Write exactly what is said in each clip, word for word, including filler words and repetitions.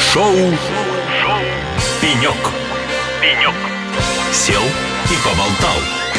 Шоу Шоу Пенек. Пенек. Сел и поболтал.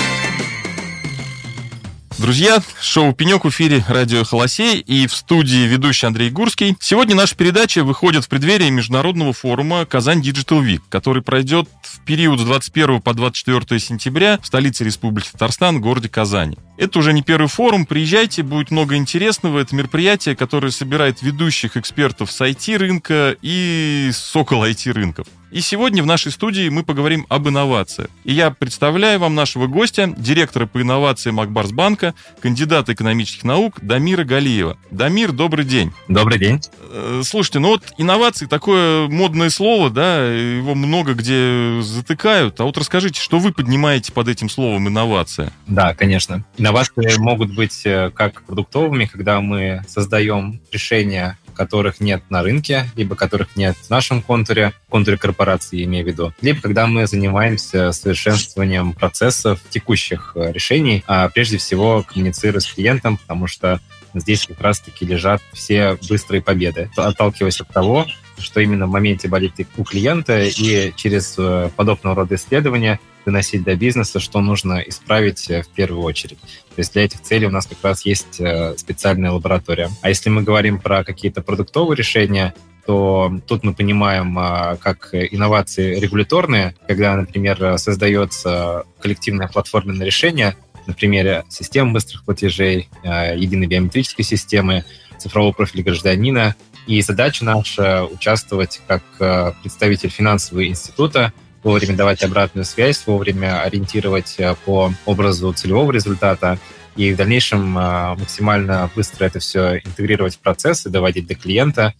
Друзья, шоу «Пенек» в эфире радио «Холосей» и в студии ведущий Андрей Гурский. Сегодня наша передача выходит в преддверии международного форума «Казань Digital Week», который пройдет в период с двадцать первого по двадцать четвёртое сентября в столице Республики Татарстан, в городе Казани. Это уже не первый форум, приезжайте, будет много интересного. Это мероприятие, которое собирает ведущих экспертов с ай ти-рынка и с около ай ти-рынков. И сегодня в нашей студии мы поговорим об инновациях. И я представляю вам нашего гостя, директора по инновациям Акбарсбанка, кандидата экономических наук Дамира Галиева. Дамир, добрый день. Добрый день. Слушайте, ну вот инновации такое модное слово, да, его много где затыкают. А вот расскажите, что вы поднимаете под этим словом инновация? Да, конечно. Инновации могут быть как продуктовыми, когда мы создаем решения, которых нет на рынке, либо которых нет в нашем контуре, контуре корпорации, я имею в виду, либо когда мы занимаемся совершенствованием процессов текущих решений, а прежде всего коммуницируя с клиентом, потому что здесь как раз-таки лежат все быстрые победы, отталкиваясь от того, что именно в моменте болит у клиента, и через подобного рода исследования доносить до бизнеса, что нужно исправить в первую очередь. То есть для этих целей у нас как раз есть специальная лаборатория. А если мы говорим про какие-то продуктовые решения, то тут мы понимаем как инновации регуляторные, когда, например, создается коллективное платформенное решение, на примере систем быстрых платежей, единой биометрической системы, цифрового профиля гражданина. И задача наша участвовать как представитель финансового института, вовремя давать обратную связь, вовремя ориентировать по образу целевого результата и в дальнейшем максимально быстро это все интегрировать в процесс и доводить до клиента,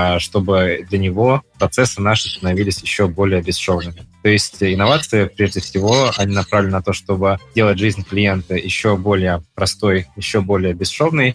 чтобы для него процессы наши становились еще более бесшовными. То есть инновации, прежде всего, они направлены на то, чтобы делать жизнь клиента еще более простой, еще более бесшовной,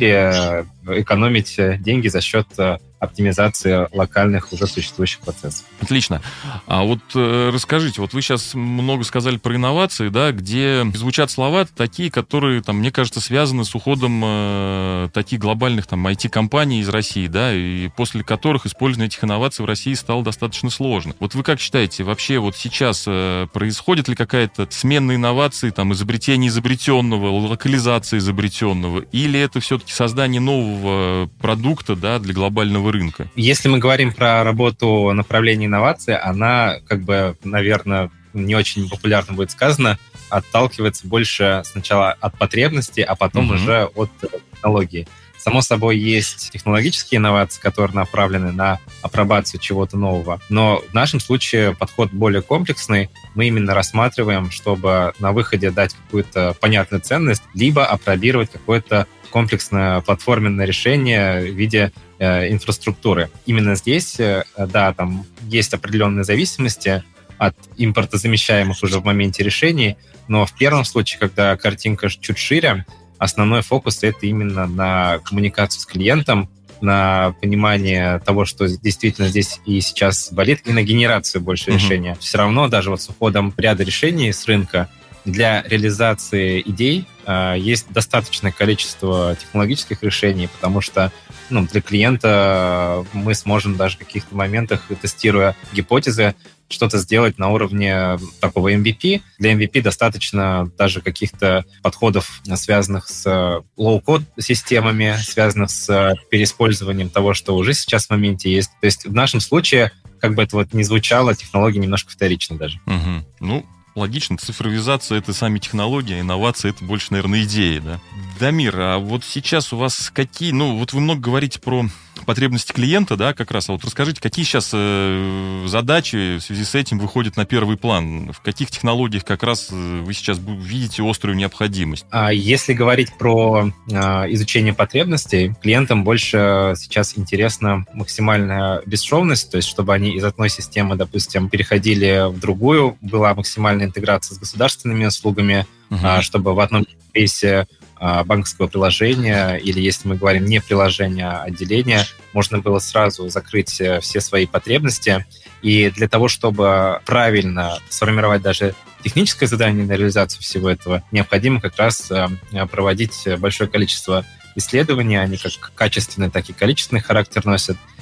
или экономить деньги за счет оптимизации локальных уже существующих процессов. Отлично. А вот э, расскажите, вот вы сейчас много сказали про инновации, да, где звучат слова такие, которые, там, мне кажется, связаны с уходом э, таких глобальных там ай ти-компаний из России, да, и после которых использование этих инноваций в России стало достаточно сложно. Вот вы как считаете, вообще вот сейчас э, происходит ли какая-то смена инноваций, там, изобретения изобретенного, локализация изобретенного, или это все-таки создание нового продукта, да, для глобального рынка? Если мы говорим про работу направления инноваций, она, как бы, наверное, не очень популярно будет сказано, отталкивается больше сначала от потребностей, а потом mm-hmm. уже от технологии. Само собой, есть технологические инновации, которые направлены на апробацию чего-то нового. Но в нашем случае подход более комплексный. Мы именно рассматриваем, чтобы на выходе дать какую-то понятную ценность, либо апробировать какое-то комплексное платформенное решение в виде э, инфраструктуры. Именно здесь, э, да, там есть определенные зависимости от импортозамещаемых уже в моменте решений, но в первом случае, когда картинка чуть шире, основной фокус — это именно на коммуникацию с клиентом, на понимание того, что действительно здесь и сейчас болит, и на генерацию больше mm-hmm. решения. Все равно даже вот с уходом ряда решений с рынка для реализации идей э, есть достаточное количество технологических решений, потому что ну, для клиента мы сможем даже в каких-то моментах, тестируя гипотезы, что-то сделать на уровне такого эм ви пи. Для эм ви пи достаточно даже каких-то подходов, связанных с лоу-код системами, связанных с переиспользованием того, что уже сейчас в моменте есть. То есть в нашем случае, как бы это вот ни звучало, технология немножко вторична даже. Угу. Ну, логично, цифровизация — это сами технологии, инновации — это больше, наверное, идеи, да? Дамир, а вот сейчас у вас какие... Ну, вот вы много говорите про потребности клиента, да, как раз. А вот расскажите, какие сейчас э, задачи в связи с этим выходят на первый план? В каких технологиях как раз вы сейчас видите острую необходимость? А если говорить про э, изучение потребностей, клиентам больше сейчас интересна максимальная бесшовность, то есть чтобы они из одной системы, допустим, переходили в другую, была максимальная интеграция с государственными услугами, uh-huh. э, чтобы в одном интерфейсе банковского приложения, или если мы говорим не приложение, а отделение, можно было сразу закрыть все свои потребности. И для того, чтобы правильно сформировать даже техническое задание на реализацию всего этого, необходимо как раз проводить большое количество исследований, они как качественный, так и количественный характер носят.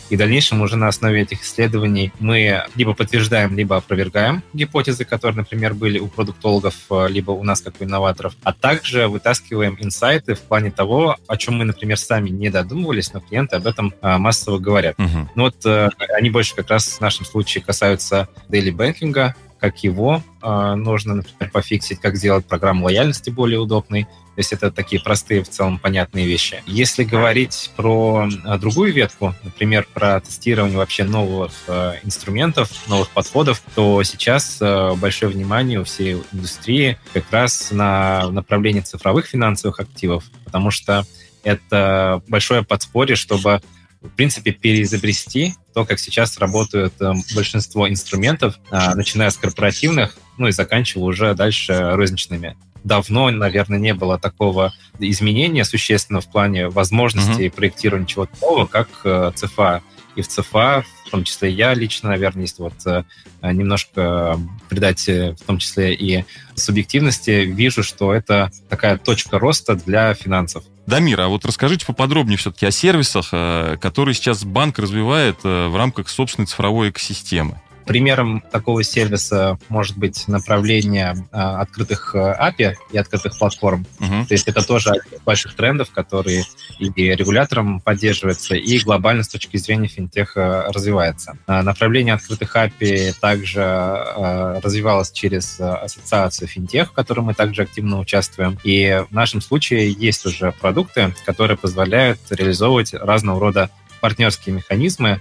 И в дальнейшем уже на основе этих исследований мы либо подтверждаем, либо опровергаем гипотезы, которые, например, были у продуктологов, либо у нас, как у инноваторов, а также вытаскиваем инсайты в плане того, о чем мы, например, сами не додумывались, но клиенты об этом массово говорят. Uh-huh. Ну вот они больше как раз в нашем случае касаются daily banking, как его э, нужно, например, пофиксить, как сделать программу лояльности более удобной. То есть это такие простые, в целом, понятные вещи. Если говорить про э, другую ветку, например, про тестирование вообще новых э, инструментов, новых подходов, то сейчас э, большое внимание у всей индустрии как раз на направлении цифровых финансовых активов, потому что это большое подспорье, чтобы в принципе, переизобрести то, как сейчас работают э, большинство инструментов, э, начиная с корпоративных, ну и заканчивая уже дальше розничными. Давно, наверное, не было такого изменения существенного в плане возможностей mm-hmm. проектирования чего-то нового, как э, ЦФА. И в ЦФА, в том числе я лично, наверное, если вот э, немножко придать, э, в том числе и субъективности, вижу, что это такая точка роста для финансов. Дамир, а вот расскажите поподробнее все-таки о сервисах, которые сейчас банк развивает в рамках собственной цифровой экосистемы. Примером такого сервиса может быть направление а, открытых эй пи ай и открытых платформ. Uh-huh. То есть это тоже один из больших трендов, которые и регулятором поддерживается, и глобально с точки зрения финтеха развивается. А, направление открытых эй пи ай также а, развивалось через ассоциацию финтех, в которой мы также активно участвуем. И в нашем случае есть уже продукты, которые позволяют реализовывать разного рода партнерские механизмы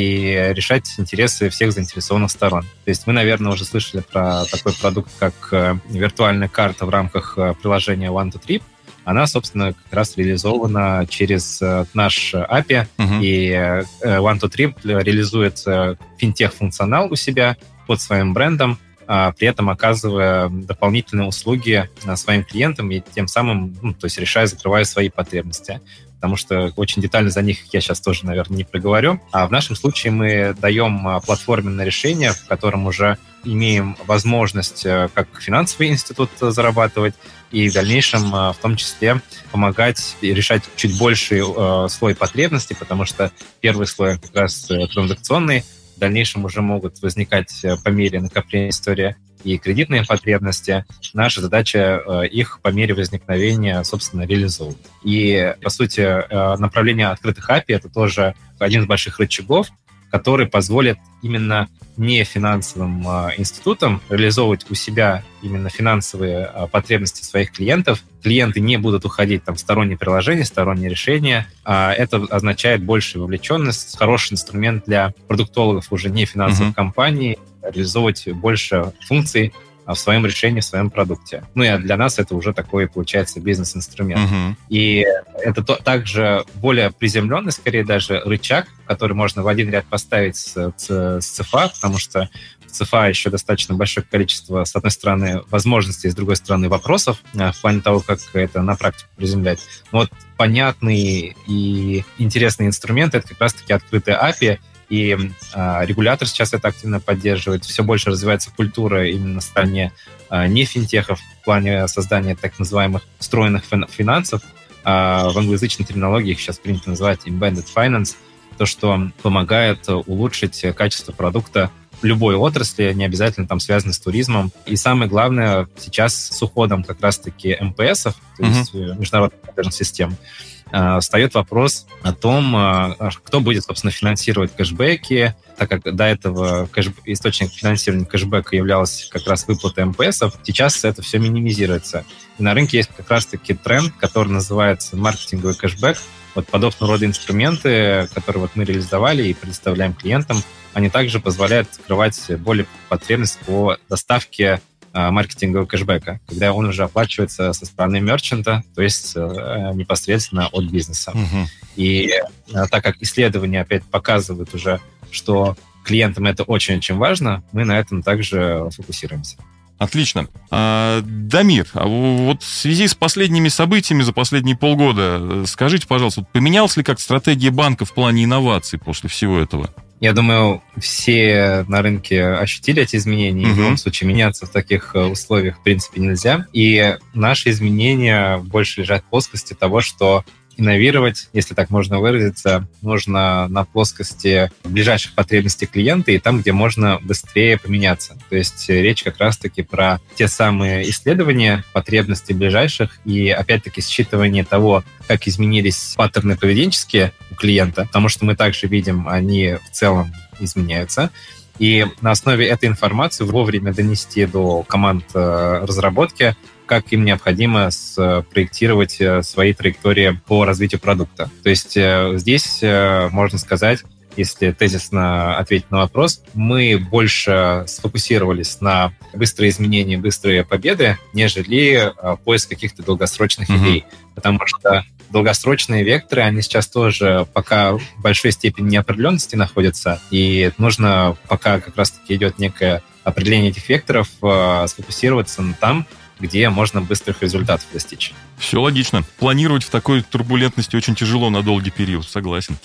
и решать интересы всех заинтересованных сторон. То есть вы, наверное, уже слышали про такой продукт, как виртуальная карта в рамках приложения One to Trip. Она, собственно, как раз реализована через наш эй пи ай, uh-huh. и One to Trip реализует финтех-функционал у себя под своим брендом, при этом оказывая дополнительные услуги своим клиентам и тем самым, ну, то есть решая, закрывая свои потребности. Потому что очень детально за них я сейчас тоже, наверное, не проговорю. А в нашем случае мы даем платформенное решение, в котором уже имеем возможность как финансовый институт зарабатывать и в дальнейшем в том числе помогать решать чуть больший слой потребностей, потому что первый слой как раз транзакционный, в дальнейшем уже могут возникать по мере накопления истории и кредитные потребности. Наша задача э, их по мере возникновения, собственно, реализовывать. И, по сути, направление открытых эй пи ай — это тоже один из больших рычагов, который позволит именно не финансовым э, институтам реализовывать у себя именно финансовые э, потребности своих клиентов. Клиенты не будут уходить там, в сторонние приложения, сторонние решения. А это означает большую вовлеченность, хороший инструмент для продуктологов уже не финансовых uh-huh. компаний, реализовывать больше функций в своем решении, в своем продукте. Ну и для нас это уже такой, получается, бизнес-инструмент. Uh-huh. И это то, также более приземленный, скорее даже, рычаг, который можно в один ряд поставить с, с, с ЦФА, потому что в ЦФА еще достаточно большое количество, с одной стороны, возможностей, с другой стороны, вопросов в плане того, как это на практику приземлять. Но вот понятный и интересный инструмент — это как раз-таки открытые эй пи ай, и а, регулятор сейчас это активно поддерживает. Все больше развивается культура именно на стороне а, не финтехов в плане создания так называемых встроенных финансов. А, в англоязычной терминологии их сейчас принято называть embedded finance. То, что помогает улучшить качество продукта в любой отрасли, не обязательно там связано с туризмом. И самое главное, сейчас с уходом как раз-таки эм пэ эсов, то uh-huh. есть международных платежных систем, встает вопрос о том, кто будет, собственно, финансировать кэшбэки, так как до этого кэш... источник финансирования кэшбэка являлась как раз выплата эм пэ эсов, сейчас это все минимизируется. И на рынке есть как раз-таки тренд, который называется маркетинговый кэшбэк. Вот подобного рода инструменты, которые вот мы реализовали и предоставляем клиентам, они также позволяют открывать более потребность по доставке маркетингового кэшбэка, когда он уже оплачивается со стороны мерчанта, то есть э, непосредственно от бизнеса. Uh-huh. И э, так как исследования опять показывают уже, что клиентам это очень-очень важно, мы на этом также фокусируемся. Отлично. А, Дамир, а вот в связи с последними событиями за последние полгода, скажите, пожалуйста, поменялась ли как-то стратегия банка в плане инноваций после всего этого? Я думаю, все на рынке ощутили эти изменения, и uh-huh. в любом случае меняться в таких условиях в принципе нельзя. И наши изменения больше лежат в плоскости того, что инновировать, если так можно выразиться, нужно на плоскости ближайших потребностей клиента и там, где можно быстрее поменяться. То есть речь как раз-таки про те самые исследования потребностей ближайших и, опять-таки, считывание того, как изменились паттерны поведенческие у клиента, потому что мы также видим, они в целом изменяются. И на основе этой информации вовремя донести до команд разработки, как им необходимо спроектировать свои траектории по развитию продукта. То есть здесь можно сказать, если тезисно ответить на вопрос, мы больше сфокусировались на быстрые изменения, быстрые победы, нежели поиск каких-то долгосрочных mm-hmm. идей. Потому что долгосрочные векторы, они сейчас тоже пока в большой степени неопределенности находятся, и нужно, пока как раз-таки идет некое определение этих векторов, сфокусироваться там, где можно быстрых результатов достичь. Все логично. Планировать в такой турбулентности очень тяжело на долгий период, согласен.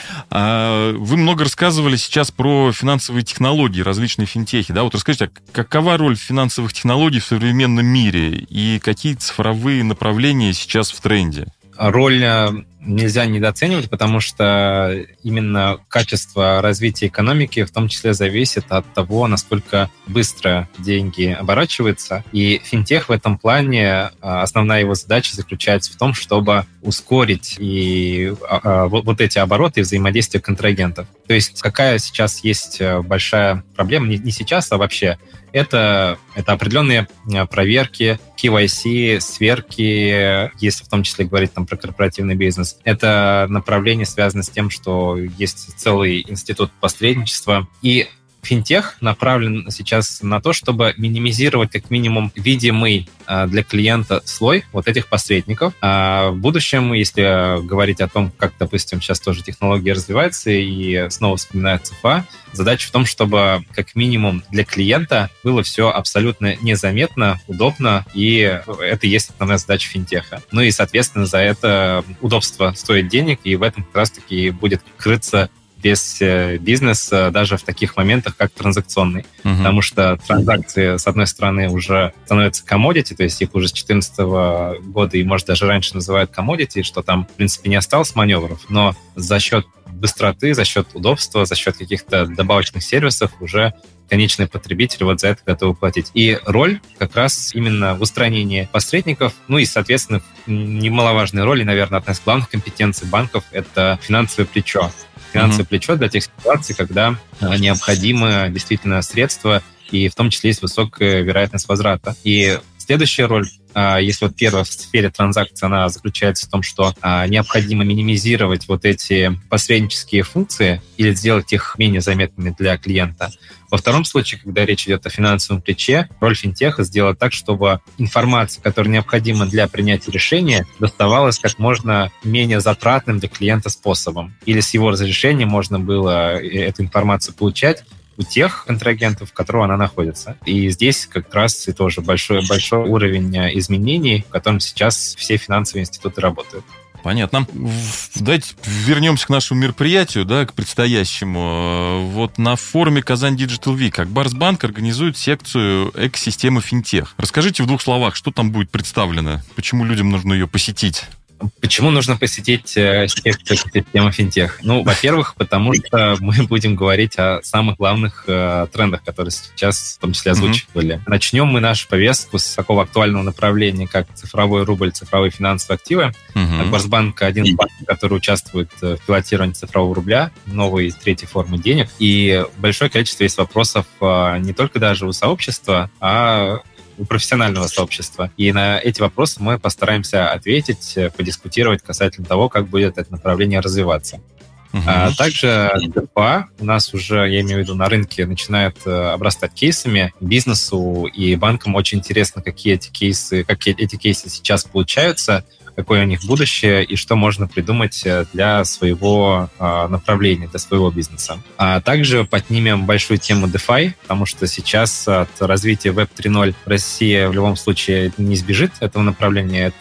Вы много рассказывали сейчас про финансовые технологии, различные финтехи. Да? Вот расскажите, а какова роль финансовых технологий в современном мире и какие цифровые направления сейчас в тренде? Роль нельзя недооценивать, потому что именно качество развития экономики в том числе зависит от того, насколько быстро деньги оборачиваются. И финтех в этом плане, основная его задача заключается в том, чтобы ускорить и вот эти обороты и взаимодействие контрагентов. То есть какая сейчас есть большая проблема, не сейчас, а вообще, это, это определенные проверки, кей вай си, сверки, если в том числе говорить там, про корпоративный бизнес. Это направление связано с тем, что есть целый институт посредничества. И финтех направлен сейчас на то, чтобы минимизировать как минимум видимый для клиента слой вот этих посредников. А в будущем, если говорить о том, как, допустим, сейчас тоже технологии развиваются и снова вспоминают ЦФА, задача в том, чтобы как минимум для клиента было все абсолютно незаметно, удобно, и это и есть основная задача финтеха. Ну и, соответственно, за это удобство стоит денег, и в этом как раз-таки будет крыться весь бизнес даже в таких моментах, как транзакционный. Uh-huh. Потому что транзакции, с одной стороны, уже становятся commodity, то есть их уже с две тысячи четырнадцатого года и, может, даже раньше называют commodity, что там, в принципе, не осталось маневров, но за счет быстроты, за счет удобства, за счет каких-то добавочных сервисов уже конечный потребитель вот за это готовы платить. И роль как раз именно в устранении посредников, ну и, соответственно, немаловажной роли, наверное, одна из главных компетенций банков — это финансовое плечо. Финансовое mm-hmm. плечо для тех ситуаций, когда необходимы действительно средства, и в том числе есть высокая вероятность возврата. И следующая роль, если вот первая в сфере транзакций, она заключается в том, что необходимо минимизировать вот эти посреднические функции или сделать их менее заметными для клиента. Во втором случае, когда речь идет о финансовом плече, роль финтеха сделать так, чтобы информация, которая необходима для принятия решения, доставалась как можно менее затратным для клиента способом. Или с его разрешения можно было эту информацию получать у тех контрагентов, в которых она находится. И здесь как раз и тоже большой, большой уровень изменений, в котором сейчас все финансовые институты работают. Понятно. Давайте вернемся к нашему мероприятию, да, к предстоящему. Вот на форуме Казань Digital Week Акбарсбанк организует секцию экосистемы финтех. Расскажите в двух словах, что там будет представлено, почему людям нужно ее посетить? Почему нужно посетить секцию экосистемы финтех? Ну, во-первых, потому что мы будем говорить о самых главных э, трендах, которые сейчас в том числе озвучивали. Mm-hmm. Начнем мы нашу повестку с такого актуального направления, как цифровой рубль, цифровые финансовые активы. Mm-hmm. Акбарсбанк — один из банков, который участвует в пилотировании цифрового рубля, новой третьей формы денег. И большое количество есть вопросов э, не только даже у сообщества, а у профессионального сообщества. И на эти вопросы мы постараемся ответить, подискутировать касательно того, как будет это направление развиваться. Uh-huh. А также ДФА у нас уже, я имею в виду, на рынке начинает обрастать кейсами. Бизнесу и банкам очень интересно, какие эти кейсы, какие эти кейсы сейчас получаются, какое у них будущее и что можно придумать для своего э, направления, для своего бизнеса. А также поднимем большую тему DeFi, потому что сейчас от развития веб три ноль Россия в любом случае не избежит этого направления. Это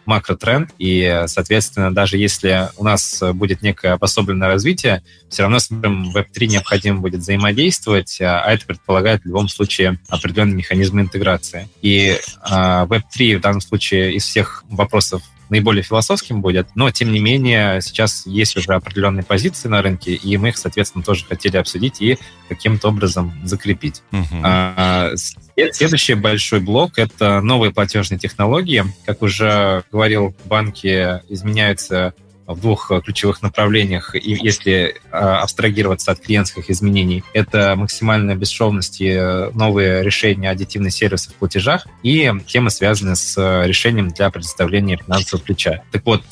макротренд, и, соответственно, даже если у нас будет некое обособленное развитие, все равно с веб три необходимо будет взаимодействовать, а это предполагает в любом случае определенные механизмы интеграции. И веб три в данном случае из всех вопросов наиболее философским будет, но, тем не менее, сейчас есть уже определенные позиции на рынке, и мы их, соответственно, тоже хотели обсудить и каким-то образом закрепить. Uh-huh. А, следующий большой блок — это новые платежные технологии. Как уже говорил, банки изменяются в двух ключевых направлениях, и если абстрагироваться от клиентских изменений, это максимальная бесшовность и новые решения аддитивных сервисов в платежах и темы, связанные с решением для предоставления финансового плеча. Так вот,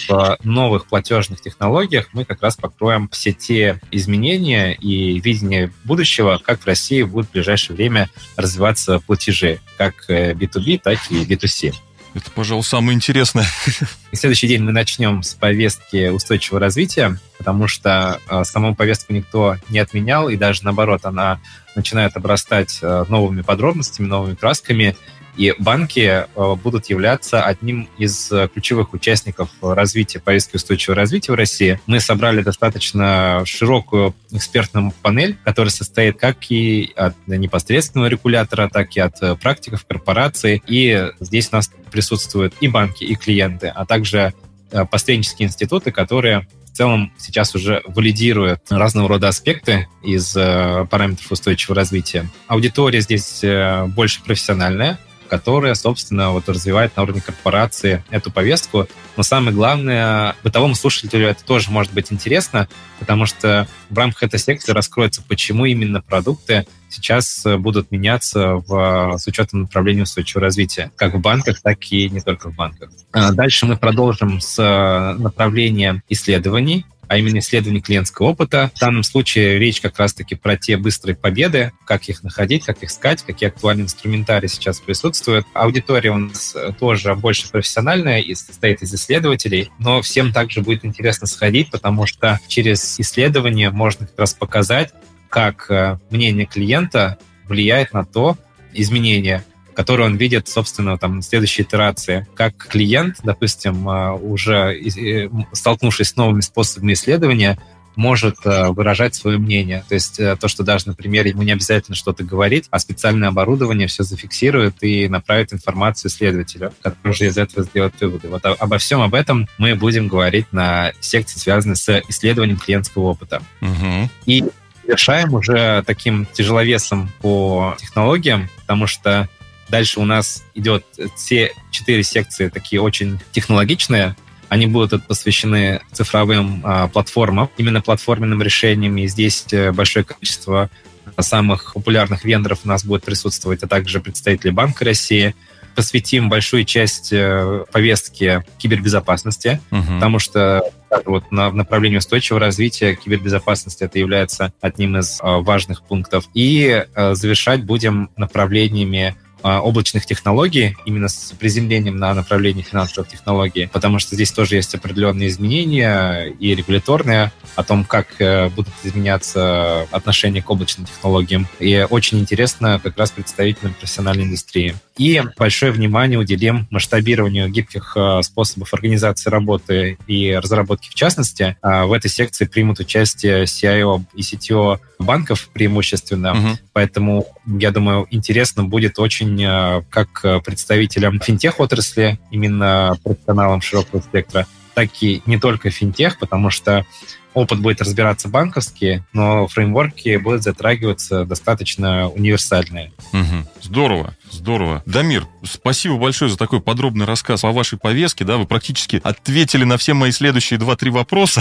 в новых платежных технологиях мы как раз покроем все те изменения и видение будущего, как в России будут в ближайшее время развиваться платежи, как би ту би, так и би ту си. Это, пожалуй, самое интересное. И в следующий день мы начнем с повестки устойчивого развития, потому что э, саму повестку никто не отменял, и даже наоборот, она начинает обрастать э, новыми подробностями, новыми красками, и банки э, будут являться одним из ключевых участников развития повестки устойчивого развития в России. Мы собрали достаточно широкую экспертную панель, которая состоит как и от непосредственного регулятора, так и от практиков, корпораций. И здесь у нас присутствуют и банки, и клиенты, а также посреднические институты, которые в целом сейчас уже валидируют разного рода аспекты из параметров устойчивого развития. Аудитория здесь больше профессиональная, которая, собственно, вот развивает на уровне корпорации эту повестку. Но самое главное, бытовому слушателю это тоже может быть интересно, потому что в рамках этой секции раскроется, почему именно продукты сейчас будут меняться в, с учетом направления устойчивого развития, как в банках, так и не только в банках. Дальше мы продолжим с направления исследований, а именно исследование клиентского опыта. В данном случае речь как раз-таки про те быстрые победы, как их находить, как их искать, какие актуальные инструментарии сейчас присутствуют. Аудитория у нас тоже больше профессиональная и состоит из исследователей, но всем также будет интересно сходить, потому что через исследование можно как раз показать, как мнение клиента влияет на то изменение, который он видит, собственно, там, в следующей итерации. Как клиент, допустим, уже столкнувшись с новыми способами исследования, может выражать свое мнение. То есть то, что даже, например, ему не обязательно что-то говорить, а специальное оборудование все зафиксирует и направит информацию исследователю, который уже из этого сделает выводы. Вот обо всем об этом мы будем говорить на секции, связанной с исследованием клиентского опыта. Угу. И завершаем уже таким тяжеловесом по технологиям, потому что дальше у нас идет все четыре секции такие очень технологичные. Они будут посвящены цифровым а, платформам, именно платформенным решениям. И здесь большое количество самых популярных вендоров у нас будет присутствовать, а также представители Банка России. Посвятим большую часть повестки кибербезопасности, uh-huh. потому что вот на, в направлении устойчивого развития кибербезопасности это является одним из а, важных пунктов. И а, завершать будем направлениями облачных технологий, именно с приземлением на направлении финансовых технологий, потому что здесь тоже есть определенные изменения и регуляторные о том, как будут изменяться отношения к облачным технологиям. И очень интересно как раз представителям профессиональной индустрии. И большое внимание уделим масштабированию гибких способов организации работы и разработки в частности. В этой секции примут участие си ай о и си ти о банков преимущественно. Uh-huh. Поэтому, я думаю, интересно будет очень как представителям финтех-отрасли, именно профессионалам широкого спектра, так и не только финтех, потому что опыт будет разбираться банковский, но фреймворки будут затрагиваться достаточно универсальные. Угу. Здорово, здорово. Дамир, спасибо большое за такой подробный рассказ о вашей повестке. Да, вы практически ответили на все мои следующие два-три вопроса.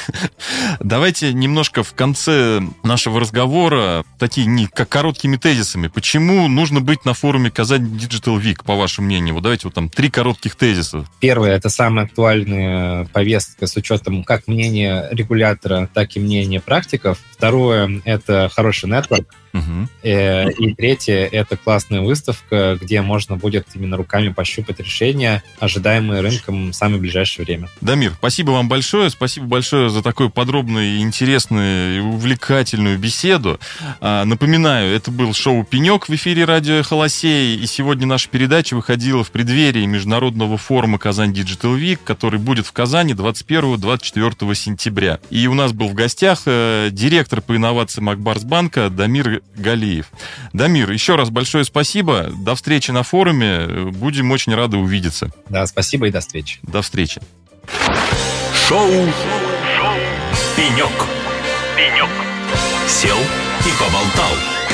Давайте немножко в конце нашего разговора такие не как короткими тезисами. Почему нужно быть на форуме Казань Digital Week, по вашему мнению? Вот давайте вот там три коротких тезиса. Первое, это самая актуальная повестка с учетом как мнения регулятора, так и мнения практиков. Второе, это хороший нетворк. Uh-huh. И третье, это классная выставка, выставка, где можно будет именно руками пощупать решения, ожидаемые рынком в самое ближайшее время. Дамир, спасибо вам большое. Спасибо большое за такую подробную, интересную и увлекательную беседу. Напоминаю, это был шоу «Пенек» в эфире радио «Холосей». И сегодня наша передача выходила в преддверии международного форума «Казань Digital Week», который будет в Казани двадцать первого — двадцать четвёртого сентября. И у нас был в гостях директор по инновациям Акбарсбанка Дамир Галиев. Дамир, еще раз большое спасибо. До встречи на форуме. Будем очень рады увидеться. Да, спасибо и до встречи. До встречи. Шоу, Шоу. «Пенек». «Пенек». Сел и поболтал.